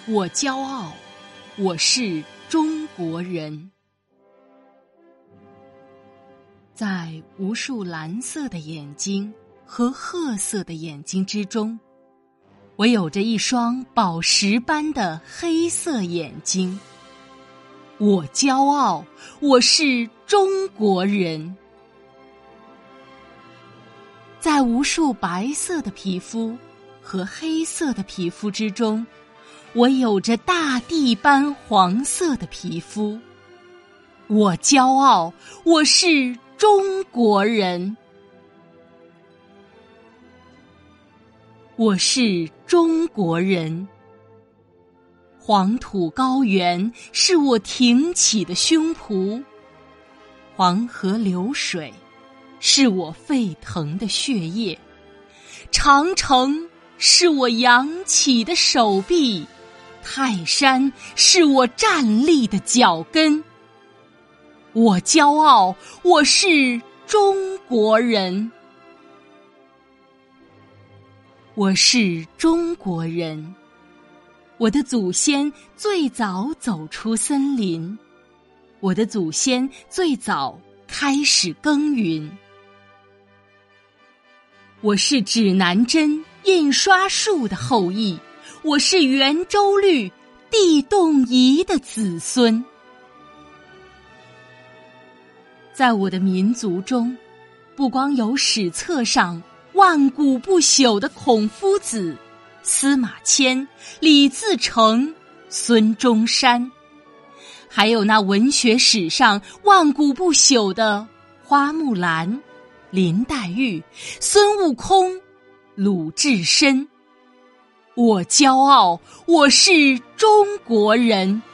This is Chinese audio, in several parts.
我骄傲，我是中国人。在无数蓝色的眼睛和褐色的眼睛之中，我有着一双宝石般的黑色眼睛。我骄傲，我是中国人。在无数白色的皮肤和黑色的皮肤之中，我有着大地般黄色的皮肤。我骄傲，我是中国人。我是中国人。黄土高原是我挺起的胸脯，黄河流水是我沸腾的血液，长城是我扬起的手臂，泰山是我站立的脚跟。我骄傲，我是中国人。我是中国人。我的祖先最早走出森林，我的祖先最早开始耕耘。我是指南针、印刷术的后裔，我是圆周率、地动仪的子孙。在我的民族中，不光有史册上万古不朽的孔夫子、司马迁、李自成、孙中山，还有那文学史上万古不朽的花木兰、林黛玉、孙悟空、鲁智深。我骄傲，我是中国人。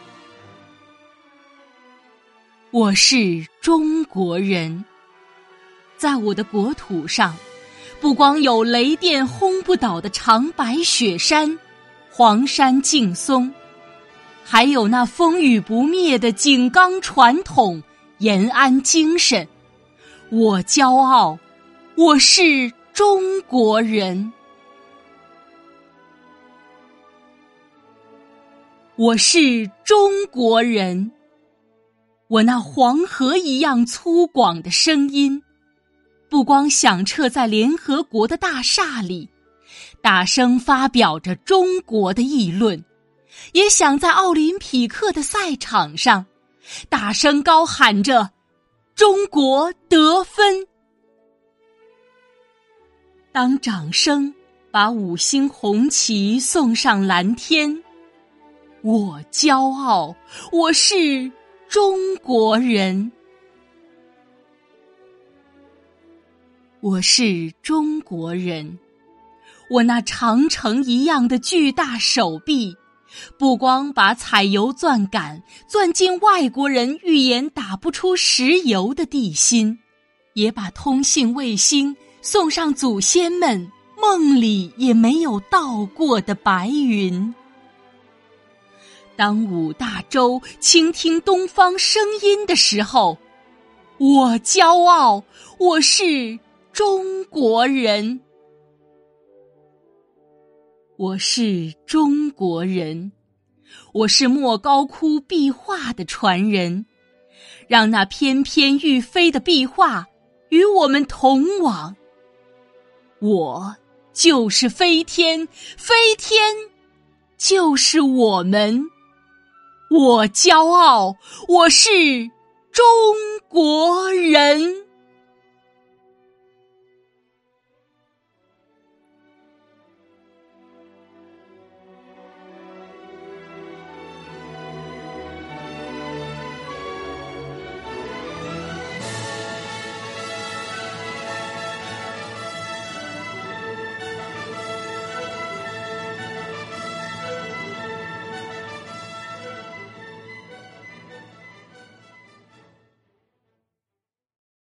我是中国人。在我的国土上，不光有雷电轰不倒的长白雪山、黄山劲松，还有那风雨不灭的井冈传统、延安精神。我骄傲，我是中国人。我是中国人。我那黄河一样粗犷的声音，不光响彻在联合国的大厦里，大声发表着中国的议论，也响在奥林匹克的赛场上，大声高喊着中国得分。当掌声把5星红旗送上蓝天，我骄傲，我是中国人。我是中国人。我那长城一样的巨大手臂，不光把采油钻杆钻进外国人预言打不出石油的地心，也把通信卫星送上祖先们梦里也没有到过的白云。当5大洲倾听东方声音的时候，我骄傲，我是中国人。我是中国人。我是莫高窟壁画的传人，让那翩翩欲飞的壁画与我们同往。我就是飞天，飞天就是我们。我骄傲，我是中国人。